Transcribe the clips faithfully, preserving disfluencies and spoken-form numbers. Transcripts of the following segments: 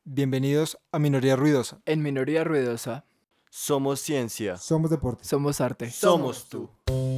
Bienvenidos a Minoría Ruidosa. En Minoría Ruidosa somos ciencia. Somos deporte. somos arte. Somos tú.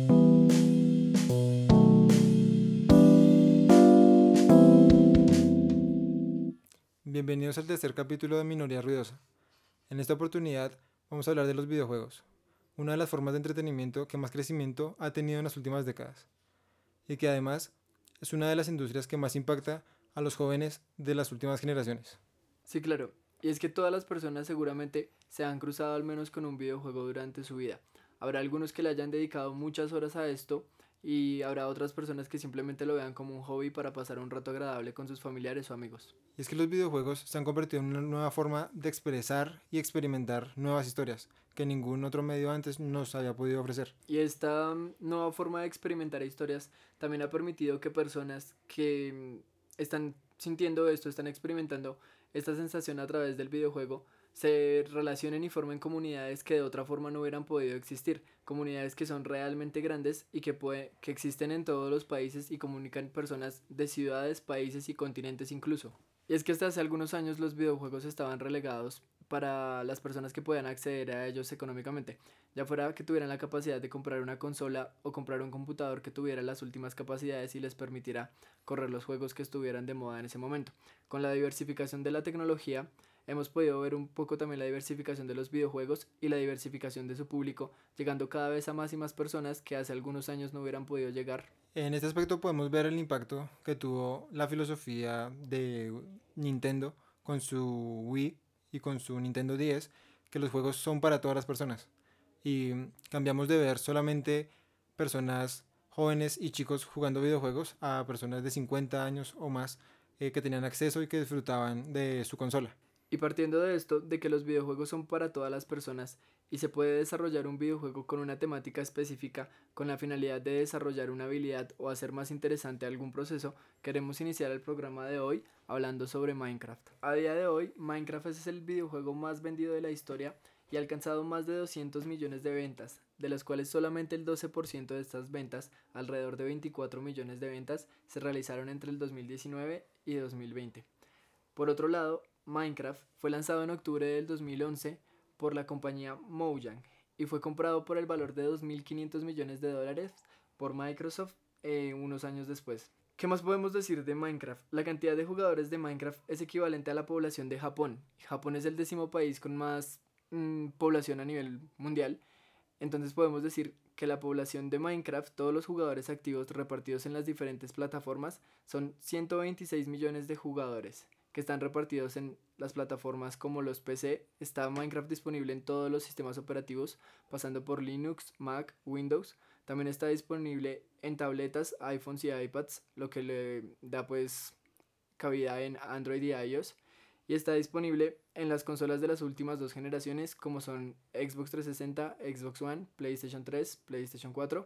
Bienvenidos al tercer capítulo de Minoría Ruidosa. En esta oportunidad vamos a hablar de los videojuegos, una de las formas de entretenimiento que más crecimiento ha tenido en las últimas décadas, y que además es una de las industrias que más impacta a los jóvenes de las últimas generaciones. Sí, claro. Y es que todas las personas seguramente se han cruzado al menos con un videojuego durante su vida. Habrá algunos que le hayan dedicado muchas horas a esto y habrá otras personas que simplemente lo vean como un hobby para pasar un rato agradable con sus familiares o amigos. Y es que los videojuegos se han convertido en una nueva forma de expresar y experimentar nuevas historias que ningún otro medio antes nos había podido ofrecer. Y esta mm, nueva forma de experimentar historias también ha permitido que personas que mm, están sintiendo esto, están experimentando esta sensación a través del videojuego, se relacionen y formen comunidades que de otra forma no hubieran podido existir, comunidades que son realmente grandes y que, puede, que existen en todos los países y comunican personas de ciudades, países y continentes incluso. Y es que hasta hace algunos años los videojuegos estaban relegados para las personas que podían acceder a ellos económicamente, ya fuera que tuvieran la capacidad de comprar una consola o comprar un computador que tuviera las últimas capacidades y les permitiera correr los juegos que estuvieran de moda en ese momento. Con la diversificación de la tecnología hemos podido ver un poco también la diversificación de los videojuegos y la diversificación de su público, llegando cada vez a más y más personas que hace algunos años no hubieran podido llegar. En este aspecto podemos ver el impacto que tuvo la filosofía de Nintendo con su Wii y con su Nintendo D S, que los juegos son para todas las personas. Y cambiamos de ver solamente personas jóvenes y chicos jugando videojuegos a personas de cincuenta años o más eh, que tenían acceso y que disfrutaban de su consola. Y partiendo de esto, de que los videojuegos son para todas las personas y se puede desarrollar un videojuego con una temática específica con la finalidad de desarrollar una habilidad o hacer más interesante algún proceso, queremos iniciar el programa de hoy hablando sobre Minecraft. A día de hoy, Minecraft es el videojuego más vendido de la historia y ha alcanzado más de doscientos millones de ventas, de las cuales solamente el doce por ciento de estas ventas, alrededor de veinticuatro millones de ventas, se realizaron entre el dos mil diecinueve y dos mil veinte. Por otro lado, Minecraft fue lanzado en octubre del dos mil once por la compañía Mojang y fue comprado por el valor de dos mil quinientos millones de dólares por Microsoft eh, unos años después. ¿Qué más podemos decir de Minecraft? La cantidad de jugadores de Minecraft es equivalente a la población de Japón. Japón es el décimo país con más mmm, población a nivel mundial. Entonces podemos decir que la población de Minecraft, todos los jugadores activos repartidos en las diferentes plataformas, son ciento veintiséis millones de jugadores que están repartidos en las plataformas como los P C. Está Minecraft disponible en todos los sistemas operativos, pasando por Linux, Mac, Windows. También está disponible en tabletas, iPhones y iPads, lo que le da pues cabida en Android y iOS. Y está disponible en las consolas de las últimas dos generaciones, como son Xbox trescientos sesenta, Xbox One, PlayStation tres, PlayStation cuatro,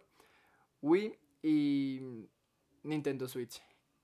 Wii y Nintendo Switch.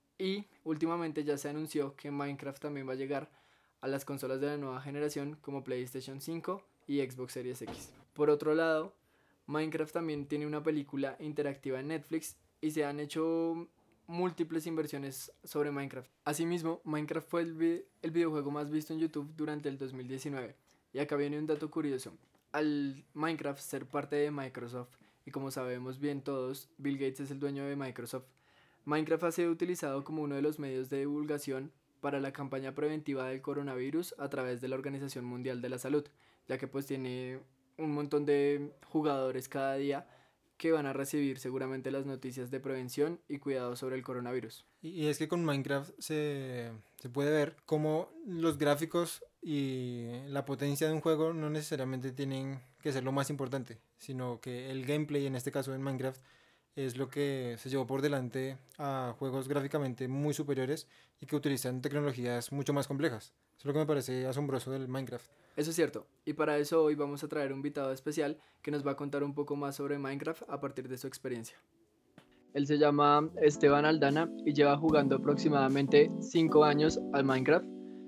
Y últimamente ya se anunció que Minecraft también va a llegar a las consolas de la nueva generación como PlayStation cinco y Xbox Series X. Por otro lado, Minecraft también tiene una película interactiva en Netflix y se han hecho múltiples inversiones sobre Minecraft. Asimismo, Minecraft fue el, vi- el videojuego más visto en YouTube durante el dos mil diecinueve. Y acá viene un dato curioso. Al Minecraft ser parte de Microsoft, y como sabemos bien todos, Bill Gates es el dueño de Microsoft, Minecraft ha sido utilizado como uno de los medios de divulgación para la campaña preventiva del coronavirus a través de la Organización Mundial de la Salud, ya que pues tiene un montón de jugadores cada día que van a recibir seguramente las noticias de prevención y cuidado sobre el coronavirus. Y, y es que con Minecraft se, se puede ver cómo los gráficos y la potencia de un juego no necesariamente tienen que ser lo más importante, sino que el gameplay, en este caso en Minecraft, es lo que se llevó por delante a juegos gráficamente muy superiores y que utilizan tecnologías mucho más complejas. Eso es lo que me parece asombroso del Minecraft. Eso es cierto, y para eso hoy vamos a traer un invitado especial que nos va a contar un poco más sobre Minecraft a partir de su experiencia. Él se llama Esteban Aldana y lleva jugando aproximadamente cinco años al Minecraft.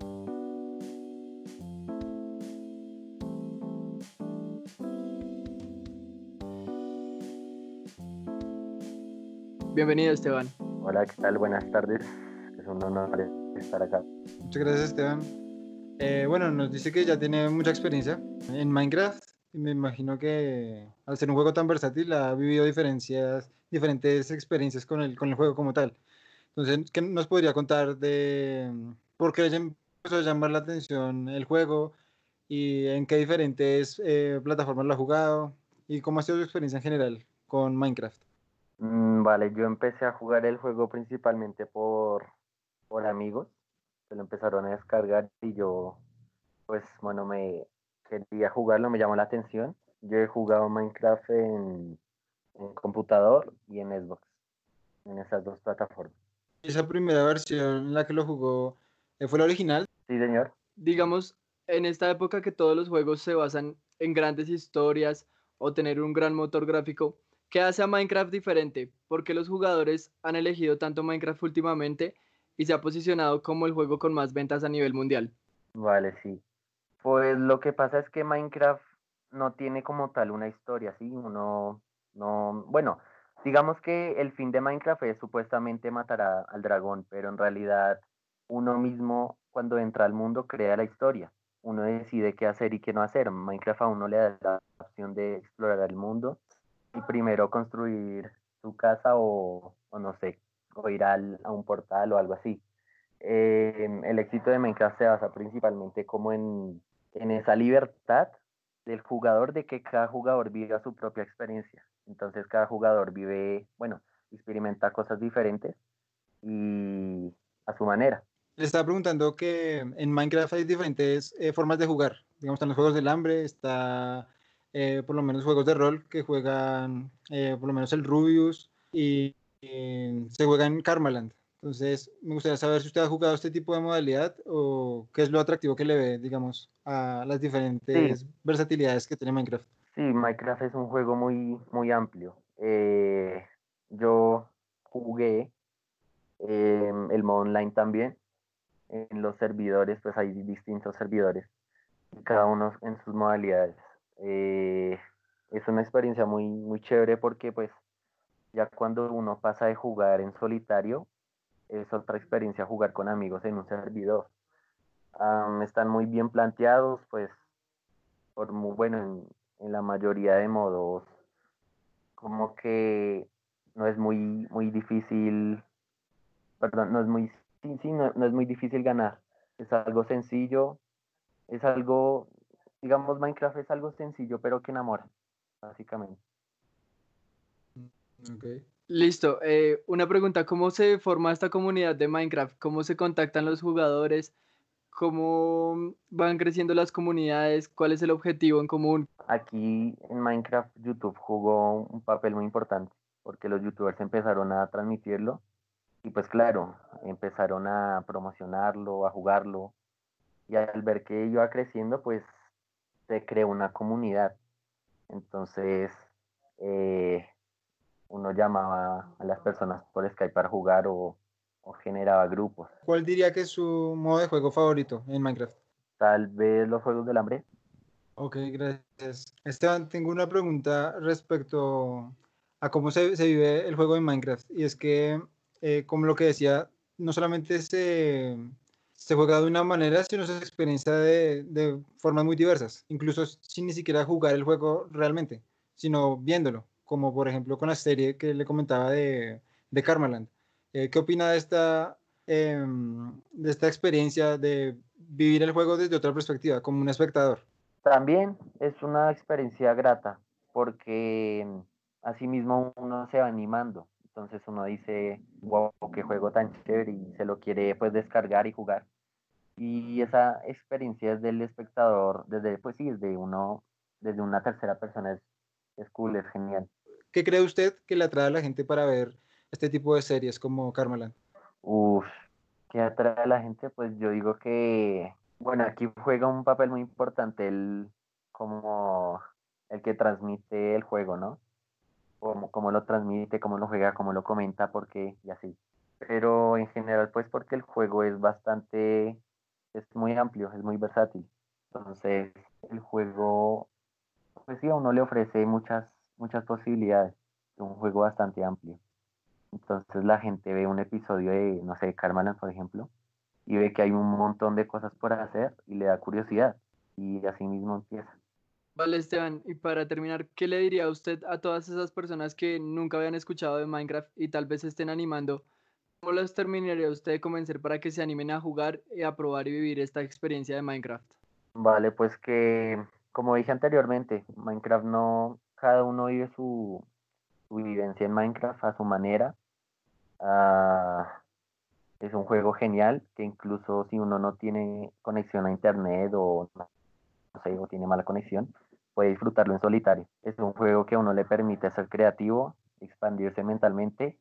Bienvenido, Esteban. Hola, ¿qué tal? Buenas tardes. Es un honor estar acá. Muchas gracias, Esteban. Eh, bueno, nos dice que ya tiene mucha experiencia en Minecraft y me imagino que al ser un juego tan versátil ha vivido diferencias, diferentes experiencias con el, con el juego como tal. Entonces, ¿qué nos podría contar de mm, por qué le empezó a llamar la atención el juego y en qué diferentes eh, plataformas lo ha jugado y cómo ha sido su experiencia en general con Minecraft? Mm, vale, yo empecé a jugar el juego principalmente por, por amigos, que lo empezaron a descargar y yo, pues bueno, me quería jugarlo, me llamó la atención. Yo he jugado Minecraft en, en computador y en Xbox, en esas dos plataformas. Esa primera versión en la que lo jugó eh, fue la original. Sí, señor. Digamos, en esta época que todos los juegos se basan en grandes historias o tener un gran motor gráfico, ¿qué hace a Minecraft diferente? ¿Por qué los jugadores han elegido tanto Minecraft últimamente y se ha posicionado como el juego con más ventas a nivel mundial? Vale, sí. Pues lo que pasa es que Minecraft no tiene como tal una historia, ¿sí? Uno no, bueno, digamos que el fin de Minecraft es supuestamente matar a- al dragón, pero en realidad uno mismo cuando entra al mundo crea la historia. Uno decide qué hacer y qué no hacer. Minecraft a uno le da la opción de explorar el mundo y primero construir su casa o, o no sé, o ir al- a un portal o algo así. Eh, el éxito de Minecraft se basa principalmente como en, en esa libertad del jugador de que cada jugador viva su propia experiencia. Entonces cada jugador vive, bueno, experimenta cosas diferentes y a su manera. Le estaba preguntando que en Minecraft hay diferentes eh, formas de jugar. Digamos, están los juegos del hambre, está eh, por lo menos juegos de rol que juegan eh, por lo menos el Rubius y, y se juega en Karmaland. Entonces, me gustaría saber si usted ha jugado este tipo de modalidad o qué es lo atractivo que le ve, digamos, a las Sí, diferentes versatilidades que tiene Minecraft. sí, Minecraft es un juego muy, muy amplio. Eh, yo jugué eh, el modo online también. En los servidores, pues hay distintos servidores, cada uno en sus modalidades. Eh, es una experiencia muy, muy chévere porque pues ya cuando uno pasa de jugar en solitario, es otra experiencia jugar con amigos en un servidor. Um, están muy bien planteados, pues por muy bueno en, en la mayoría de modos, como que no es muy, muy difícil, perdón, no es muy, sí, sí, no, no es muy difícil ganar. Es algo sencillo, es algo, digamos, Minecraft es algo sencillo, pero que enamora, básicamente. Okay. Listo. Eh, una pregunta, ¿cómo se forma esta comunidad de Minecraft? ¿Cómo se contactan los jugadores? ¿Cómo van creciendo las comunidades? ¿Cuál es el objetivo en común? Aquí en Minecraft YouTube jugó un papel muy importante, porque los youtubers empezaron a transmitirlo y pues claro, empezaron a promocionarlo, a jugarlo y al ver que iba creciendo, pues se creó una comunidad. Entonces, eh, uno llamaba a las personas por Skype para jugar o, o generaba grupos. ¿Cuál diría que es su modo de juego favorito en Minecraft? Tal vez los Juegos del Hambre. Ok, gracias. Esteban, tengo una pregunta respecto a cómo se, se vive el juego de Minecraft. Y es que, eh, como lo que decía, no solamente se, se juega de una manera, sino se experiencia de, de formas muy diversas, incluso sin ni siquiera jugar el juego realmente, sino viéndolo, como por ejemplo con la serie que le comentaba de, de Karmaland. Eh, ¿qué opina de esta, em, de esta experiencia de vivir el juego desde otra perspectiva, como un espectador? También es una experiencia grata porque asimismo uno se va animando. Entonces uno dice, wow, qué juego tan chévere y se lo quiere pues descargar y jugar. Y esa experiencia es del espectador, desde, pues sí, desde uno, desde una tercera persona es, es cool, es genial. ¿Qué cree usted que le atrae a la gente para ver este tipo de series como Karmaland? Uf, ¿qué atrae a la gente? Pues yo digo que, bueno, aquí juega un papel muy importante el, como el que transmite el juego, ¿no? Cómo, cómo lo transmite, cómo lo juega, cómo lo comenta, por qué y así. Pero en general, pues porque el juego es bastante, es muy amplio, es muy versátil. Entonces, el juego, pues sí, a uno le ofrece muchas, muchas posibilidades. Es un juego bastante amplio. Entonces la gente ve un episodio de, no sé, Karmaland, por ejemplo, y ve que hay un montón de cosas por hacer y le da curiosidad y así mismo empieza. Vale, Esteban, y para terminar, ¿qué le diría usted a todas esas personas que nunca habían escuchado de Minecraft y tal vez se estén animando? ¿Cómo los terminaría usted de convencer para que se animen a jugar, y a probar y vivir esta experiencia de Minecraft? Vale, pues que, como dije anteriormente, Minecraft no, cada uno vive su, su vivencia en Minecraft a su manera. Ah, es un juego genial que incluso si uno no tiene conexión a internet o no sé, o tiene mala conexión, puede disfrutarlo en solitario. Es un juego que a uno le permite ser creativo, expandirse mentalmente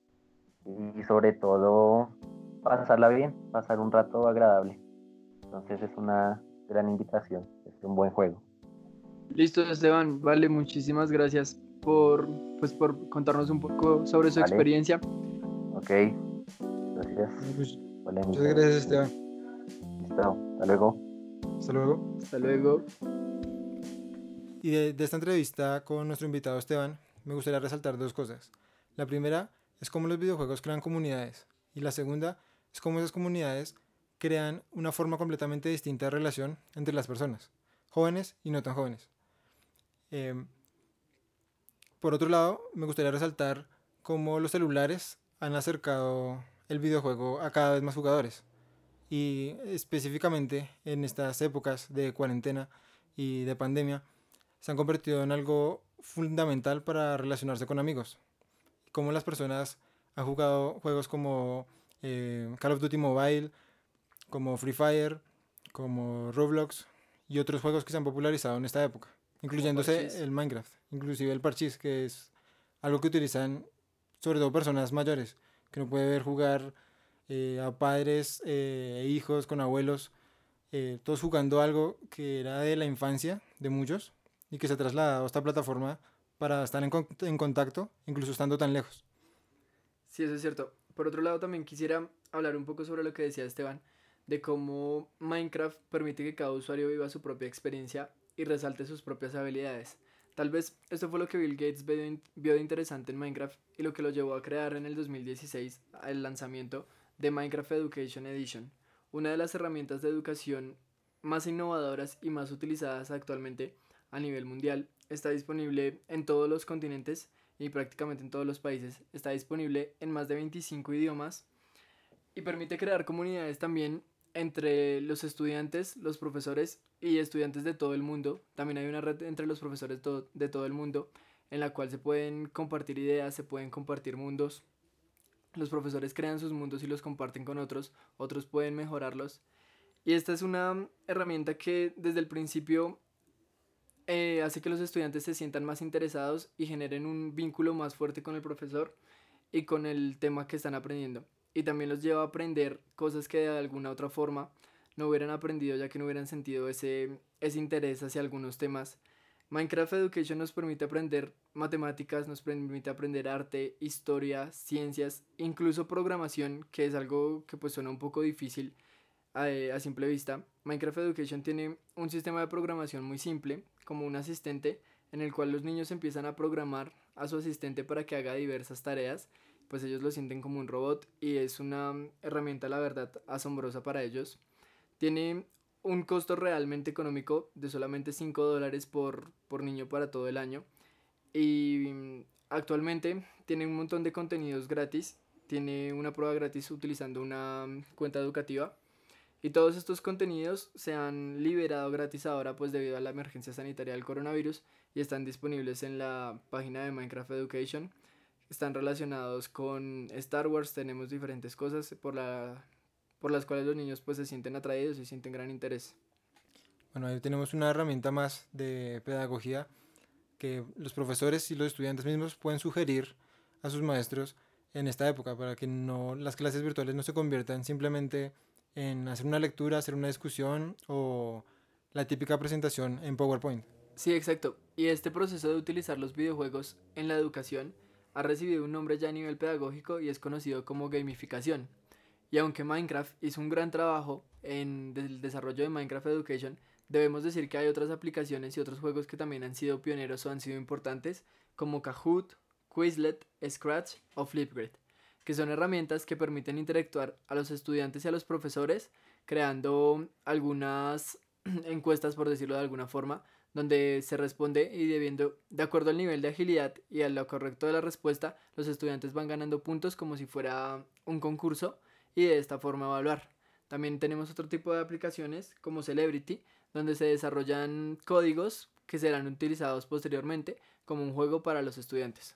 y sobre todo pasarla bien, pasar un rato agradable. Entonces es una gran invitación, es un buen juego. Listo, Esteban, vale, muchísimas gracias por, pues, por contarnos un poco sobre su ¿Vale? experiencia. Ok, gracias. Pues, Hola, muchas Michael. gracias, Esteban. Listo, hasta luego. Hasta luego. Hasta luego. Y de, de esta entrevista con nuestro invitado Esteban, me gustaría resaltar dos cosas. La primera es cómo los videojuegos crean comunidades. Y la segunda es cómo esas comunidades crean una forma completamente distinta de relación entre las personas, jóvenes y no tan jóvenes. Eh, por otro lado, me gustaría resaltar cómo los celulares han acercado el videojuego a cada vez más jugadores. Y específicamente en estas épocas de cuarentena y de pandemia, se han convertido en algo fundamental para relacionarse con amigos. Como las personas han jugado juegos como eh, Call of Duty Mobile, como Free Fire, como Roblox y otros juegos que se han popularizado en esta época, incluyéndose el Minecraft, inclusive el parchís, que es algo que utilizan sobre todo personas mayores, que no puede ver jugar eh, a padres eh, e hijos con abuelos, eh, todos jugando algo que era de la infancia de muchos y que se ha trasladado a esta plataforma para estar en, con- en contacto, incluso estando tan lejos. Sí, eso es cierto. Por otro lado, también quisiera hablar un poco sobre lo que decía Esteban, de cómo Minecraft permite que cada usuario viva su propia experiencia y resalte sus propias habilidades. Tal vez esto fue lo que Bill Gates vio de, vio de interesante en Minecraft y lo que lo llevó a crear en el dos mil dieciséis el lanzamiento de Minecraft Education Edition, una de las herramientas de educación más innovadoras y más utilizadas actualmente a nivel mundial. Está disponible en todos los continentes y prácticamente en todos los países. Está disponible en más de veinticinco idiomas y permite crear comunidades también entre los estudiantes, los profesores y estudiantes de todo el mundo. También hay una red entre los profesores to- de todo el mundo en la cual se pueden compartir ideas, se pueden compartir mundos. Los profesores crean sus mundos y los comparten con otros, otros pueden mejorarlos. Y esta es una herramienta que desde el principio eh, hace que los estudiantes se sientan más interesados y generen un vínculo más fuerte con el profesor y con el tema que están aprendiendo. Y también los lleva a aprender cosas que de alguna otra forma no hubieran aprendido ya que no hubieran sentido ese, ese interés hacia algunos temas. Minecraft Education nos permite aprender matemáticas, nos permite aprender arte, historia, ciencias, incluso programación, que es algo que pues suena un poco difícil a, a simple vista. Minecraft Education tiene un sistema de programación muy simple, como un asistente, en el cual los niños empiezan a programar a su asistente para que haga diversas tareas, pues ellos lo sienten como un robot y es una herramienta, la verdad, asombrosa para ellos. Tiene un costo realmente económico de solamente cinco dólares por, por niño para todo el año y mm, actualmente tiene un montón de contenidos gratis, tiene una prueba gratis utilizando una mm, cuenta educativa y todos estos contenidos se han liberado gratis ahora pues debido a la emergencia sanitaria del coronavirus y están disponibles en la página de Minecraft Education. Están relacionados con Star Wars, tenemos diferentes cosas por, la, por las cuales los niños pues se sienten atraídos y sienten gran interés. Bueno, ahí tenemos una herramienta más de pedagogía que los profesores y los estudiantes mismos pueden sugerir a sus maestros en esta época para que no, las clases virtuales no se conviertan simplemente en hacer una lectura, hacer una discusión o la típica presentación en PowerPoint. Sí, exacto. Y este proceso de utilizar los videojuegos en la educación ha recibido un nombre ya a nivel pedagógico y es conocido como gamificación. Y aunque Minecraft hizo un gran trabajo en el desarrollo de Minecraft Education, debemos decir que hay otras aplicaciones y otros juegos que también han sido pioneros o han sido importantes, como Kahoot, Quizlet, Scratch o Flipgrid. que son herramientas que permiten interactuar a los estudiantes y a los profesores, creando algunas encuestas, por decirlo de alguna forma, donde se responde y debiendo, de acuerdo al nivel de agilidad y a lo correcto de la respuesta, los estudiantes van ganando puntos como si fuera un concurso y de esta forma evaluar. También tenemos otro tipo de aplicaciones como Celebrity, donde se desarrollan códigos que serán utilizados posteriormente como un juego para los estudiantes.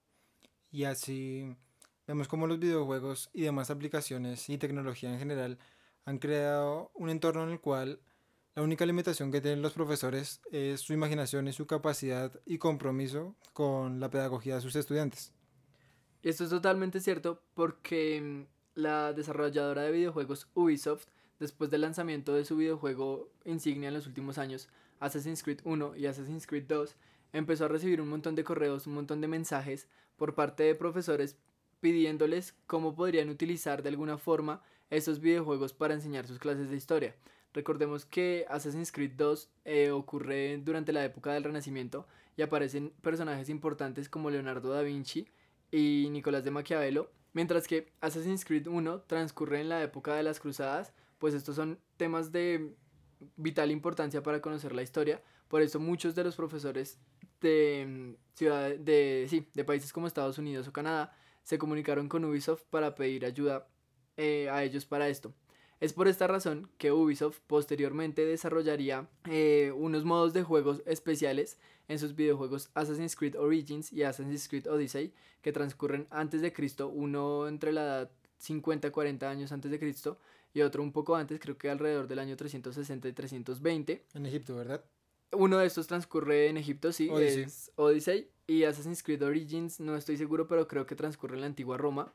Y así vemos cómo los videojuegos y demás aplicaciones y tecnología en general han creado un entorno en el cual la única limitación que tienen los profesores es su imaginación y su capacidad y compromiso con la pedagogía de sus estudiantes. Y esto es totalmente cierto porque la desarrolladora de videojuegos Ubisoft, después del lanzamiento de su videojuego insignia en los últimos años, Assassin's Creed uno y Assassin's Creed dos, empezó a recibir un montón de correos, un montón de mensajes por parte de profesores pidiéndoles cómo podrían utilizar de alguna forma esos videojuegos para enseñar sus clases de historia. Recordemos que Assassin's Creed dos eh, ocurre durante la época del Renacimiento y aparecen personajes importantes como Leonardo da Vinci y Nicolás de Maquiavelo, mientras que Assassin's Creed uno transcurre en la época de las Cruzadas, pues estos son temas de vital importancia para conocer la historia. Por eso muchos de los profesores de, ciudad, de, sí, de países como Estados Unidos o Canadá se comunicaron con Ubisoft para pedir ayuda eh, a ellos para esto. Es por esta razón que Ubisoft posteriormente desarrollaría eh, unos modos de juegos especiales en sus videojuegos Assassin's Creed Origins y Assassin's Creed Odyssey, que transcurren antes de Cristo, uno entre la edad cincuenta a cuarenta años antes de Cristo y otro un poco antes, creo que alrededor del año trescientos sesenta y trescientos veinte. En Egipto, ¿verdad? Uno de estos transcurre en Egipto, sí, Odyssey. es Odyssey, y Assassin's Creed Origins no estoy seguro, pero creo que transcurre en la antigua Roma.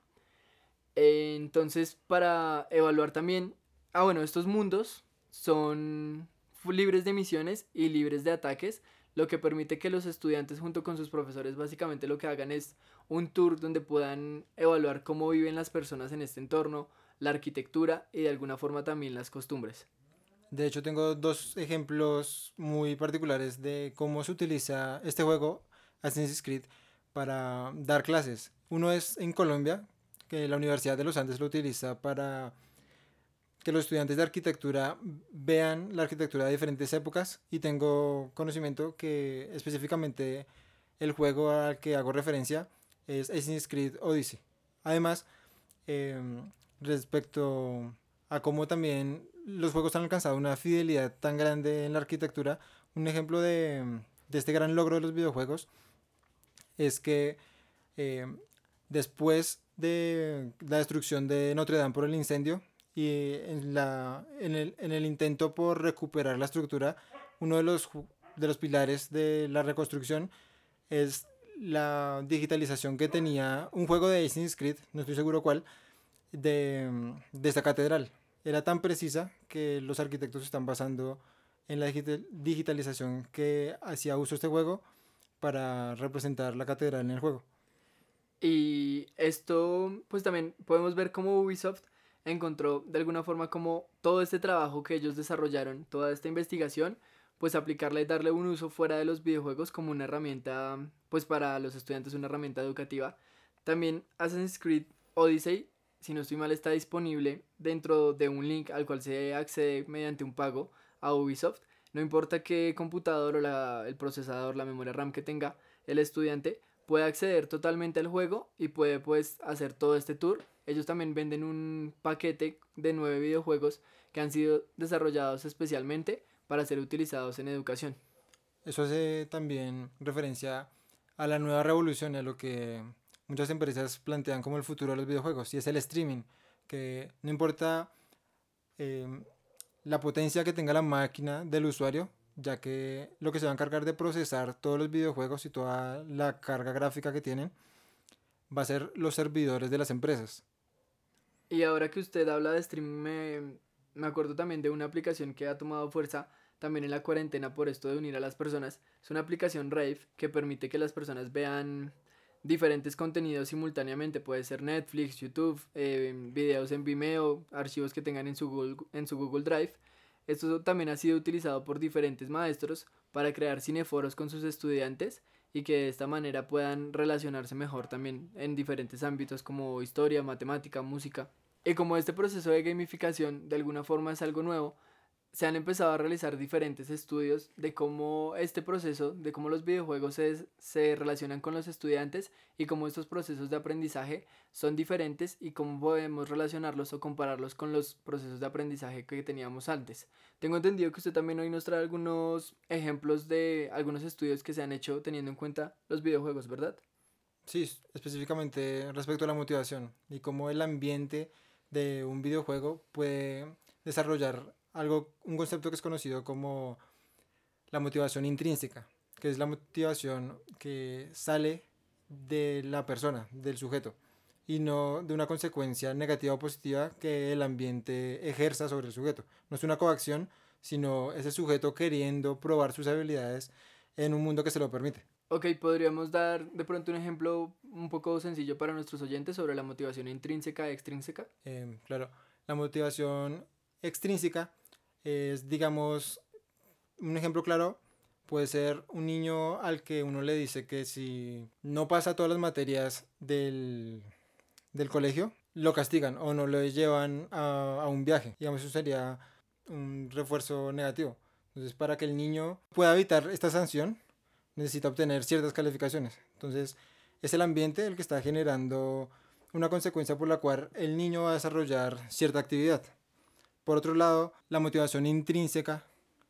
Entonces, para evaluar también, ah bueno, estos mundos son libres de misiones y libres de ataques, lo que permite que los estudiantes junto con sus profesores básicamente lo que hagan es un tour donde puedan evaluar cómo viven las personas en este entorno, la arquitectura y de alguna forma también las costumbres. De hecho, tengo dos ejemplos muy particulares de cómo se utiliza este juego, Assassin's Creed, para dar clases. Uno es en Colombia, que la Universidad de los Andes lo utiliza para que los estudiantes de arquitectura vean la arquitectura de diferentes épocas, y tengo conocimiento que específicamente el juego al que hago referencia es Assassin's Creed Odyssey. Además, eh, respecto a cómo también los juegos han alcanzado una fidelidad tan grande en la arquitectura, un ejemplo de, de este gran logro de los videojuegos es que eh, después de la destrucción de Notre Dame por el incendio y en, la, en, el, en el intento por recuperar la estructura, uno de los, de los pilares de la reconstrucción es la digitalización que tenía un juego de Assassin's Creed, no estoy seguro cuál, de, de esta catedral. Era tan precisa que los arquitectos están basando en la digitalización que hacía uso este juego para representar la catedral en el juego. Y esto, pues también podemos ver cómo Ubisoft encontró de alguna forma como todo este trabajo que ellos desarrollaron, toda esta investigación, pues aplicarla y darle un uso fuera de los videojuegos como una herramienta, pues para los estudiantes, una herramienta educativa. También Assassin's Creed Odyssey, si no estoy mal, está disponible dentro de un link al cual se accede mediante un pago a Ubisoft. No importa qué computador o la, el procesador, la memoria RAM que tenga el estudiante, puede acceder totalmente al juego y puede pues hacer todo este tour. Ellos también venden un paquete de nueve videojuegos que han sido desarrollados especialmente para ser utilizados en educación. Eso hace también referencia a la nueva revolución, a lo que muchas empresas plantean como el futuro de los videojuegos, y es el streaming, que no importa eh, la potencia que tenga la máquina del usuario, ya que lo que se va a encargar de procesar todos los videojuegos y toda la carga gráfica que tienen va a ser los servidores de las empresas. Y ahora que usted habla de streaming, me, me acuerdo también de una aplicación que ha tomado fuerza también en la cuarentena por esto de unir a las personas. Es una aplicación Rave que permite que las personas vean diferentes contenidos simultáneamente. Puede ser Netflix, YouTube, eh, videos en Vimeo, archivos que tengan en su Google, en su Google Drive. Esto también ha sido utilizado por diferentes maestros para crear cineforos con sus estudiantes y que de esta manera puedan relacionarse mejor también en diferentes ámbitos como historia, matemática, música. Y como este proceso de gamificación de alguna forma es algo nuevo, se han empezado a realizar diferentes estudios de cómo este proceso, de cómo los videojuegos se, se relacionan con los estudiantes y cómo estos procesos de aprendizaje son diferentes y cómo podemos relacionarlos o compararlos con los procesos de aprendizaje que teníamos antes. Tengo entendido que usted también hoy nos trae algunos ejemplos de algunos estudios que se han hecho teniendo en cuenta los videojuegos, ¿verdad? Sí, específicamente respecto a la motivación y cómo el ambiente de un videojuego puede desarrollar algo, un concepto que es conocido como la motivación intrínseca, que es la motivación que sale de la persona, del sujeto, y no de una consecuencia negativa o positiva que el ambiente ejerza sobre el sujeto. No es una coacción, sino ese sujeto queriendo probar sus habilidades en un mundo que se lo permite. Ok, podríamos dar de pronto un ejemplo un poco sencillo para nuestros oyentes sobre la motivación intrínseca e extrínseca. Eh, claro, la motivación extrínseca es, digamos, un ejemplo claro puede ser un niño al que uno le dice que si no pasa todas las materias del, del colegio, lo castigan o no lo llevan a, a un viaje. Digamos, eso sería un refuerzo negativo. Entonces, para que el niño pueda evitar esta sanción, necesita obtener ciertas calificaciones. Entonces, es el ambiente el que está generando una consecuencia por la cual el niño va a desarrollar cierta actividad. Por otro lado, la motivación intrínseca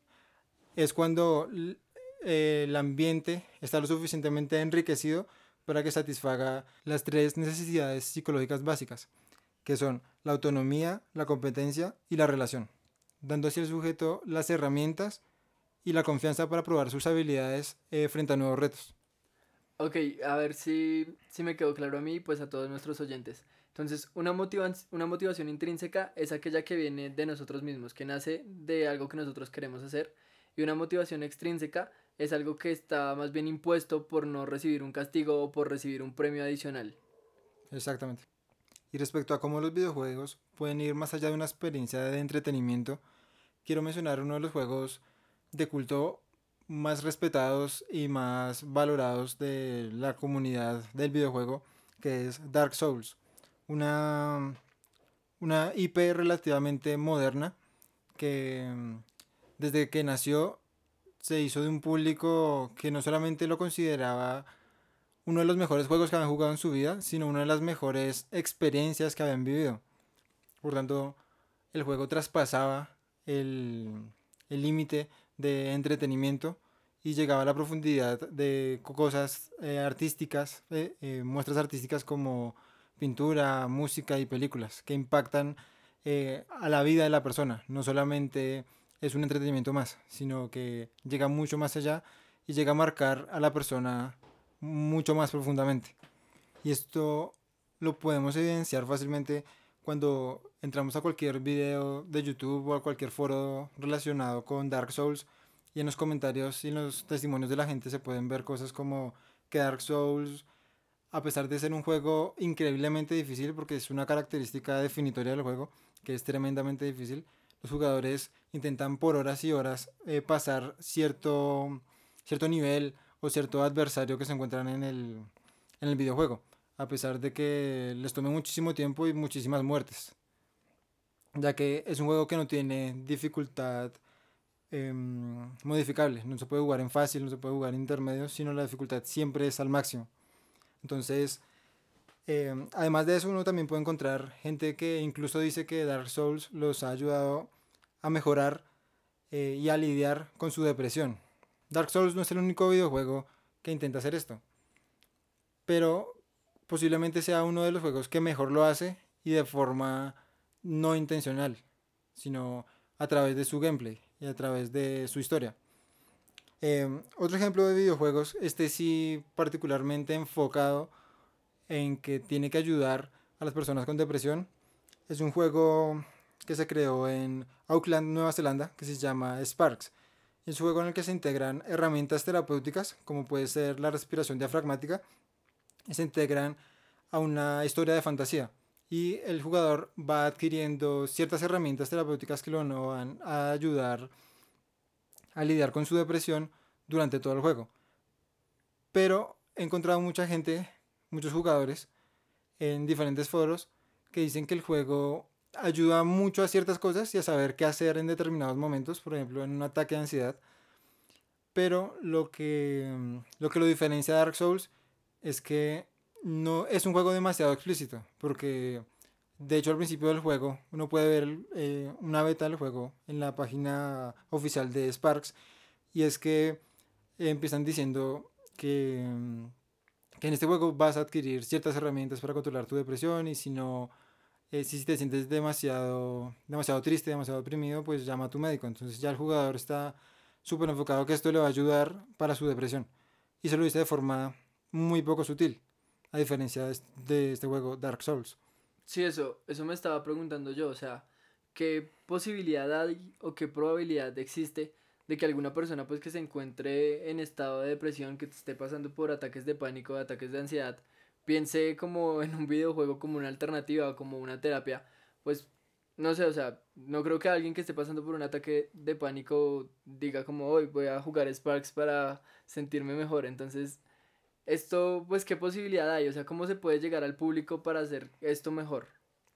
es cuando eh, el ambiente está lo suficientemente enriquecido para que satisfaga las tres necesidades psicológicas básicas, que son la autonomía, la competencia y la relación, dando así al sujeto las herramientas y la confianza para probar sus habilidades eh, frente a nuevos retos. Ok, a ver si, si me quedó claro a mí y pues a todos nuestros oyentes. Entonces, una motiva- una motivación intrínseca es aquella que viene de nosotros mismos, que nace de algo que nosotros queremos hacer. Y una motivación extrínseca es algo que está más bien impuesto por no recibir un castigo o por recibir un premio adicional. Exactamente. Y respecto a cómo los videojuegos pueden ir más allá de una experiencia de entretenimiento, quiero mencionar uno de los juegos de culto más respetados y más valorados de la comunidad del videojuego, que es Dark Souls. Una, una I P relativamente moderna que mm, desde que nació se hizo de un público que no solamente lo consideraba uno de los mejores juegos que habían jugado en su vida, sino una de las mejores experiencias que habían vivido. Por tanto, el juego traspasaba el el límite de entretenimiento y llegaba a la profundidad de cosas eh, artísticas, eh, eh, muestras artísticas como pintura, música y películas que impactan eh, a la vida de la persona. No solamente es un entretenimiento más, sino que llega mucho más allá y llega a marcar a la persona mucho más profundamente. Y esto lo podemos evidenciar fácilmente cuando entramos a cualquier video de YouTube o a cualquier foro relacionado con Dark Souls y en los comentarios y en los testimonios de la gente se pueden ver cosas como que Dark Souls, a pesar de ser un juego increíblemente difícil, porque es una característica definitoria del juego, que es tremendamente difícil, los jugadores intentan por horas y horas eh, pasar cierto, cierto nivel o cierto adversario que se encuentran en el, en el videojuego, a pesar de que les tome muchísimo tiempo y muchísimas muertes, ya que es un juego que no tiene dificultad eh, modificable, no se puede jugar en fácil, no se puede jugar en intermedio, sino la dificultad siempre es al máximo. Entonces, eh, además de eso, uno también puede encontrar gente que incluso dice que Dark Souls los ha ayudado a mejorar eh, y a lidiar con su depresión. Dark Souls no es el único videojuego que intenta hacer esto, pero posiblemente sea uno de los juegos que mejor lo hace y de forma no intencional, sino a través de su gameplay y a través de su historia. Eh, otro ejemplo de videojuegos, este sí particularmente enfocado en que tiene que ayudar a las personas con depresión, es un juego que se creó en Auckland, Nueva Zelanda, que se llama Sparks. Es un juego en el que se integran herramientas terapéuticas, como puede ser la respiración diafragmática, y se integran a una historia de fantasía. Y el jugador va adquiriendo ciertas herramientas terapéuticas que lo van a ayudar a lidiar con su depresión durante todo el juego. pero he encontrado mucha gente, muchos jugadores en diferentes foros que dicen que el juego ayuda mucho a ciertas cosas y a saber qué hacer en determinados momentos, por ejemplo en un ataque de ansiedad, pero lo que mm, lo que lo diferencia de Dark Souls es que no es un juego demasiado explícito, porque de hecho al principio del juego uno puede ver eh, una beta del juego en la página oficial de Sparks, y es que eh, empiezan diciendo que, mm, que en este juego vas a adquirir ciertas herramientas para controlar tu depresión, y si no, eh, si te sientes demasiado, demasiado triste, demasiado deprimido, pues llama a tu médico. Entonces ya el jugador está súper enfocado que esto le va a ayudar para su depresión. Y se lo dice de forma muy poco sutil, a diferencia de este, de este juego Dark Souls. Sí, eso, eso me estaba preguntando yo, o sea, ¿qué posibilidad hay o qué probabilidad existe de que alguna persona pues que se encuentre en estado de depresión, que esté pasando por ataques de pánico, ataques de ansiedad, piense como en un videojuego como una alternativa o como una terapia? Pues no sé, o sea, no creo que alguien que esté pasando por un ataque de pánico diga como hoy voy a jugar Sparks para sentirme mejor. Entonces, esto, pues, ¿qué posibilidad hay? O sea, ¿cómo se puede llegar al público para hacer esto mejor?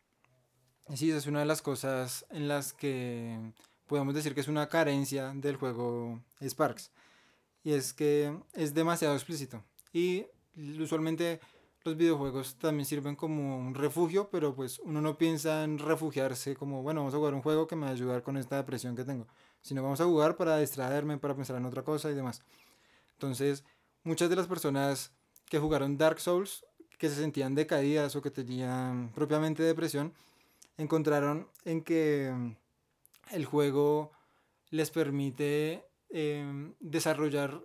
Sí, esa es una de las cosas en las que podemos decir que es una carencia del juego Sparks. Y es que es demasiado explícito. Y usualmente los videojuegos también sirven como un refugio, pero pues uno no piensa en refugiarse como, bueno, vamos a jugar un juego que me va a ayudar con esta depresión que tengo, sino vamos a jugar para distraerme, para pensar en otra cosa y demás. Entonces, muchas de las personas que jugaron Dark Souls, que se sentían decaídas o que tenían propiamente depresión, encontraron en que mm, el juego les permite eh, desarrollar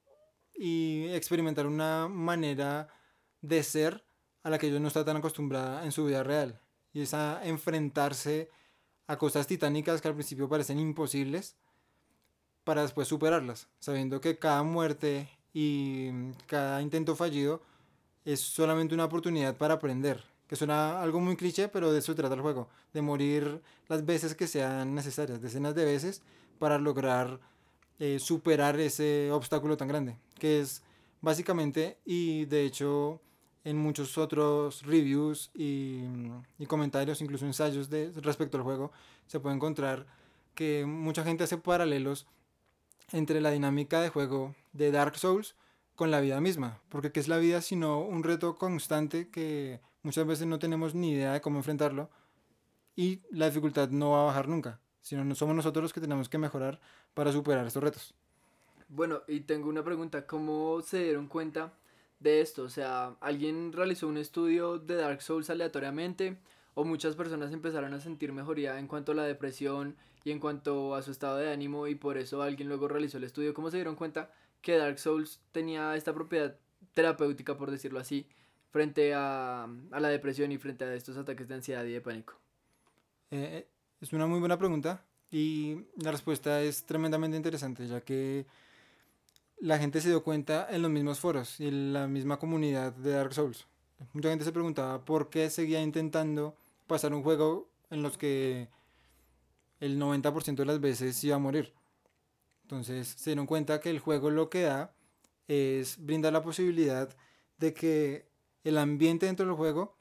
y experimentar una manera de ser a la que ellos no están tan acostumbrada en su vida real. Y es a enfrentarse a cosas titánicas que al principio parecen imposibles para después superarlas, sabiendo que cada muerte y cada intento fallido es solamente una oportunidad para aprender. Que suena algo muy cliché, pero de eso trata el juego. De morir las veces que sean necesarias, decenas de veces, para lograr eh, superar ese obstáculo tan grande. Que es básicamente, y de hecho en muchos otros reviews y, y comentarios, incluso ensayos de, respecto al juego, se puede encontrar que mucha gente hace paralelos entre la dinámica de juego de Dark Souls con la vida misma, porque ¿qué es la vida sino un reto constante que muchas veces no tenemos ni idea de cómo enfrentarlo, y la dificultad no va a bajar nunca, sino no somos nosotros los que tenemos que mejorar para superar estos retos? Bueno, y tengo una pregunta, ¿cómo se dieron cuenta de esto? O sea, ¿alguien realizó un estudio de Dark Souls aleatoriamente o muchas personas empezaron a sentir mejoría en cuanto a la depresión y en cuanto a su estado de ánimo y por eso alguien luego realizó el estudio? ¿Cómo se dieron cuenta que Dark Souls tenía esta propiedad terapéutica, por decirlo así, frente a, a la depresión y frente a estos ataques de ansiedad y de pánico? Eh, es una muy buena pregunta, y la respuesta es tremendamente interesante, ya que la gente se dio cuenta en los mismos foros y en la misma comunidad de Dark Souls. Mucha gente se preguntaba por qué seguía intentando pasar un juego en los que el noventa por ciento de las veces iba a morir. Entonces se dieron cuenta que el juego lo que da es brindar la posibilidad de que el ambiente dentro del juego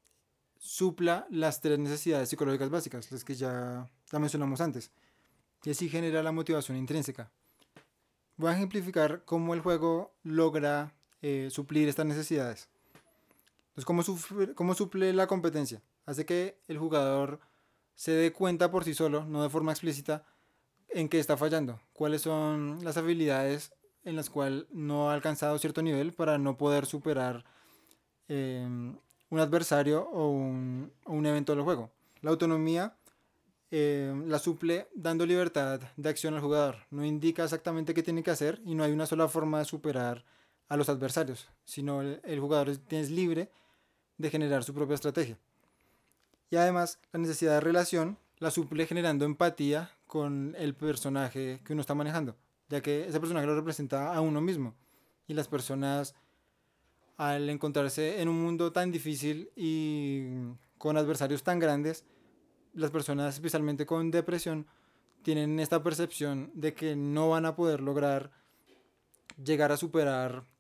supla las tres necesidades psicológicas básicas, las que ya la mencionamos antes, y así genera la motivación intrínseca. Voy a ejemplificar cómo el juego logra eh, suplir estas necesidades. Entonces, ¿cómo, sufre, ¿cómo suple la competencia? Hace que el jugador se dé cuenta por sí solo, no de forma explícita, en qué está fallando, cuáles son las habilidades en las cuales no ha alcanzado cierto nivel para no poder superar eh, un adversario o un, o un evento del juego. La autonomía eh, la suple dando libertad de acción al jugador. No indica exactamente qué tiene que hacer y no hay una sola forma de superar a los adversarios, sino el, el jugador es, es libre de generar su propia estrategia. Y además, la necesidad de relación la suple generando empatía con el personaje que uno está manejando, ya que ese personaje lo representa a uno mismo. Y las personas, al encontrarse en un mundo tan difícil y con adversarios tan grandes, las personas, especialmente con depresión, tienen esta percepción de que no van a poder lograr llegar a superar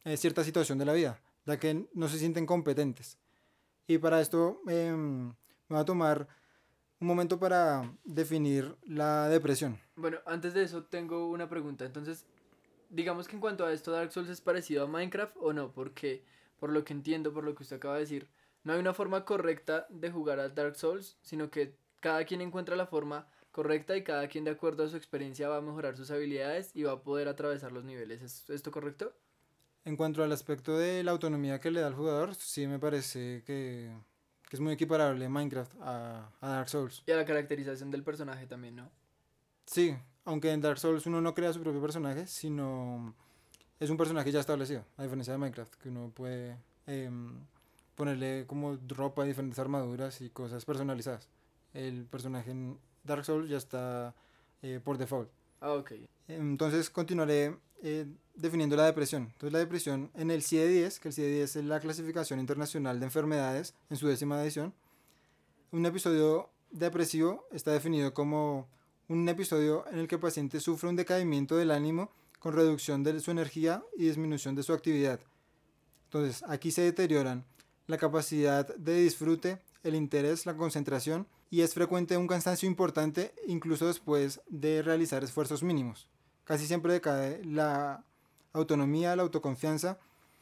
eh, cierta situación de la vida, ya que no se sienten competentes. Y para esto eh, me voy a tomar un momento para definir la depresión. Bueno, antes de eso tengo una pregunta. Entonces, digamos que en cuanto a esto, Dark Souls es parecido a Minecraft o no, porque por lo que entiendo, por lo que usted acaba de decir, no hay una forma correcta de jugar a Dark Souls, sino que cada quien encuentra la forma correcta y cada quien de acuerdo a su experiencia va a mejorar sus habilidades y va a poder atravesar los niveles. ¿Es esto correcto? En cuanto al aspecto de la autonomía que le da al jugador, sí me parece que, que es muy equiparable Minecraft a, a Dark Souls. Y a la caracterización del personaje también, ¿no? Sí, aunque en Dark Souls uno no crea su propio personaje, sino es un personaje ya establecido, a diferencia de Minecraft, que uno puede em, ponerle como ropa, diferentes armaduras y cosas personalizadas. El personaje en Dark Souls ya está eh, por default. Ah, ok. Entonces continuaré eh, definiendo la depresión. Entonces la depresión en el C I D diez, que el C I D diez es la clasificación internacional de enfermedades en su décima edición, un episodio depresivo está definido como un episodio en el que el paciente sufre un decaimiento del ánimo con reducción de su energía y disminución de su actividad. Entonces aquí se deterioran la capacidad de disfrute, el interés, la concentración y es frecuente un cansancio importante incluso después de realizar esfuerzos mínimos. Casi siempre decae la autonomía, la autoconfianza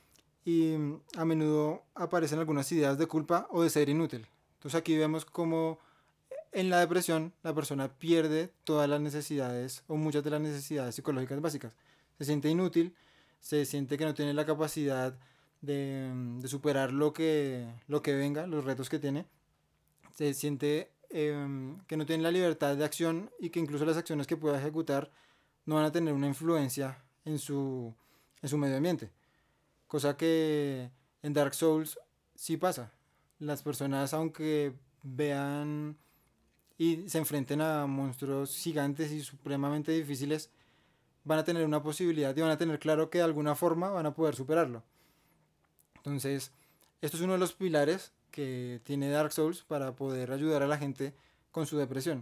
y a menudo aparecen algunas ideas de culpa o de ser inútil. Entonces aquí vemos cómo en la depresión la persona pierde todas las necesidades o muchas de las necesidades psicológicas básicas. Se siente inútil, se siente que no tiene la capacidad de, de superar lo que, lo que venga, los retos que tiene. Se siente eh, que no tiene la libertad de acción y que incluso las acciones que pueda ejecutar no van a tener una influencia en su, en su medio ambiente. Cosa que en Dark Souls sí pasa. Las personas, aunque vean y se enfrenten a monstruos gigantes y supremamente difíciles, van a tener una posibilidad y van a tener claro que de alguna forma van a poder superarlo. Entonces, esto es uno de los pilares que tiene Dark Souls para poder ayudar a la gente con su depresión.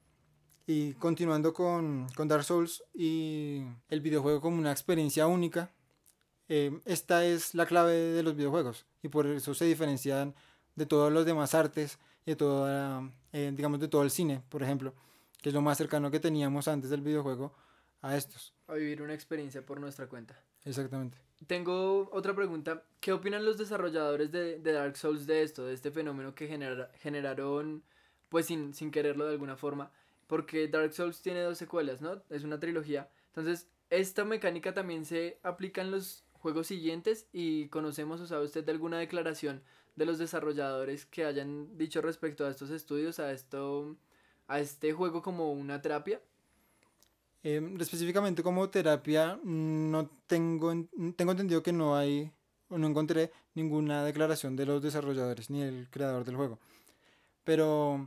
Y continuando con, con Dark Souls y el videojuego como una experiencia única, eh, esta es la clave de los videojuegos y por eso se diferencian de todos los demás artes y de toda, eh, digamos, de todo el cine, por ejemplo, que es lo más cercano que teníamos antes del videojuego a estos. A vivir una experiencia por nuestra cuenta. Exactamente. Tengo otra pregunta. ¿Qué opinan los desarrolladores de, de Dark Souls de esto, de este fenómeno que genera, generaron, pues sin, sin quererlo de alguna forma? Porque Dark Souls tiene dos secuelas, ¿no? Es una trilogía. Entonces, esta mecánica también se aplica en los juegos siguientes y conocemos o sabe usted de alguna declaración de los desarrolladores que hayan dicho respecto a estos estudios, a esto, a este juego como una terapia. Eh, específicamente como terapia, no tengo, tengo entendido que no hay, o no encontré ninguna declaración de los desarrolladores ni el creador del juego. Pero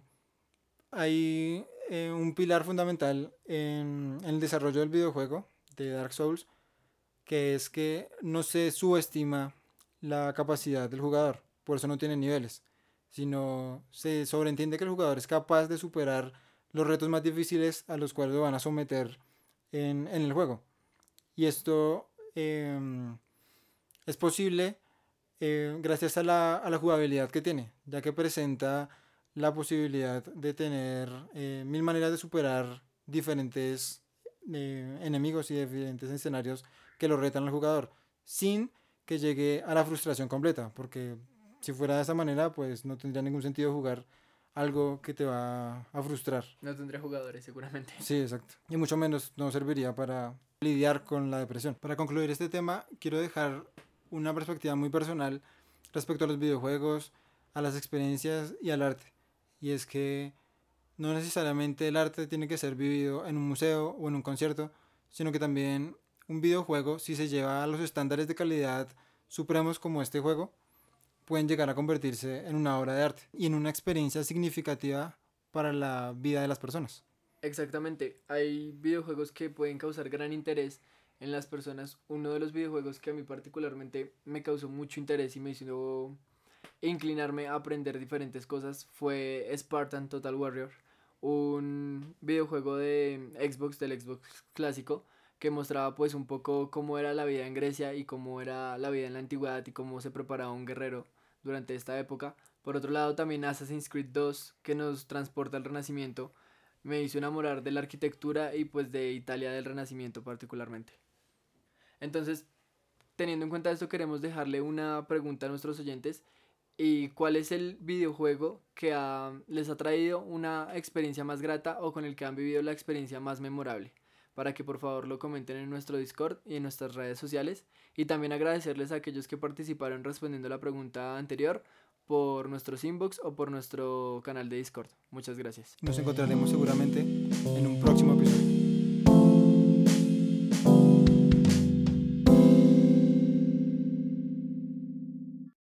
hay eh, un pilar fundamental en, en el desarrollo del videojuego de Dark Souls, que es que no se subestima la capacidad del jugador, por eso no tiene niveles, sino se sobreentiende que el jugador es capaz de superar los retos más difíciles a los cuales lo van a someter en, en el juego. Y esto eh, es posible eh, gracias a la, a la jugabilidad que tiene, ya que presenta la posibilidad de tener eh, mil maneras de superar diferentes eh, enemigos y diferentes escenarios que lo retan al jugador, sin que llegue a la frustración completa, porque si fuera de esa manera, pues no tendría ningún sentido jugar algo que te va a frustrar. No tendría jugadores, seguramente. Sí, exacto. Y mucho menos no serviría para lidiar con la depresión. Para concluir este tema, quiero dejar una perspectiva muy personal respecto a los videojuegos, a las experiencias y al arte. Y es que no necesariamente el arte tiene que ser vivido en un museo o en un concierto, sino que también un videojuego, si se lleva a los estándares de calidad supremos como este juego, pueden llegar a convertirse en una obra de arte y en una experiencia significativa para la vida de las personas. Exactamente, hay videojuegos que pueden causar gran interés en las personas. Uno de los videojuegos que a mí particularmente me causó mucho interés y me hizo inclinarme a aprender diferentes cosas fue Spartan Total Warrior, un videojuego de Xbox, del Xbox clásico, que mostraba pues un poco cómo era la vida en Grecia y cómo era la vida en la antigüedad y cómo se preparaba un guerrero durante esta época. Por otro lado también Assassin's Creed dos, que nos transporta al Renacimiento, me hizo enamorar de la arquitectura y pues de Italia del Renacimiento particularmente. Entonces, teniendo en cuenta esto, queremos dejarle una pregunta a nuestros oyentes. ¿Y cuál es el videojuego que ha, les ha traído una experiencia más grata o con el que han vivido la experiencia más memorable? Para que por favor lo comenten en nuestro Discord y en nuestras redes sociales. Y también agradecerles a aquellos que participaron respondiendo la pregunta anterior por nuestros inbox o por nuestro canal de Discord. Muchas gracias. Nos encontraremos seguramente en un próximo episodio.